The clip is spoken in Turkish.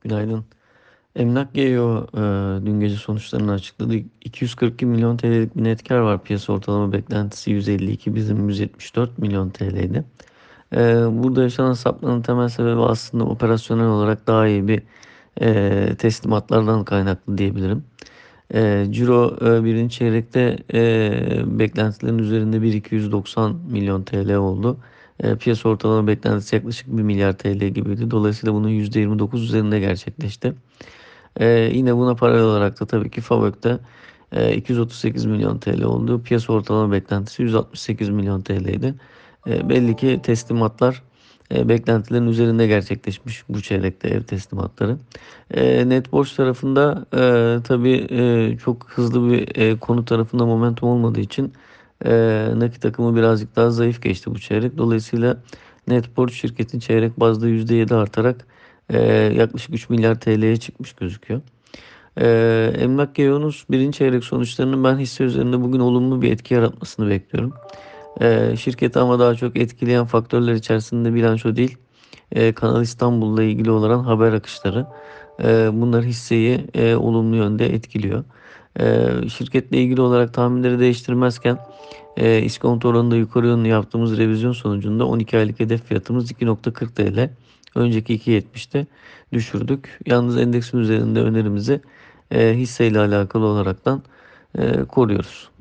Günaydın. Emlak Geo dün gece sonuçlarını açıkladı. 242 milyon TL'lik bir net kar var. Piyasa ortalama beklentisi 152, bizim 174 milyon TL'ydi. Burada yaşanan sapmanın temel sebebi aslında operasyonel olarak daha iyi bir teslimatlardan kaynaklı diyebilirim. Ciro birinci çeyrekte beklentilerin üzerinde 1.290 milyon TL oldu. Piyasa ortalama beklentisi yaklaşık 1 milyar TL gibiydi. Dolayısıyla bunun %29 üzerinde gerçekleşti. Yine buna paralel olarak da tabii ki FAVÖK'te 238 milyon TL oldu. Piyasa ortalama beklentisi 168 milyon TL'ydi. Belli ki teslimatlar beklentilerin üzerinde gerçekleşmiş bu çeyrekte ev teslimatları. Net borç tarafında tabii çok hızlı bir konu tarafında momentum olmadığı için nakit akımı birazcık daha zayıf geçti bu çeyrek. Dolayısıyla net borç şirketin çeyrek bazda %7 artarak yaklaşık 3 milyar TL'ye çıkmış gözüküyor. Emlak Geo'nun birinci çeyrek sonuçlarının ben hisse üzerinde bugün olumlu bir etki yaratmasını bekliyorum. Şirketi ama daha çok etkileyen faktörler içerisinde bilanço değil, Kanal İstanbul'la ilgili olan haber akışları. Bunlar hisseyi olumlu yönde etkiliyor. Şirketle ilgili olarak tahminleri değiştirmezken iskonto oranında yukarı yönlü yaptığımız revizyon sonucunda 12 aylık hedef fiyatımız 2.40 TL. Önceki 2.70'te düşürdük. Yalnız endeksin üzerinde önerimizi hisseyle alakalı olaraktan koruyoruz.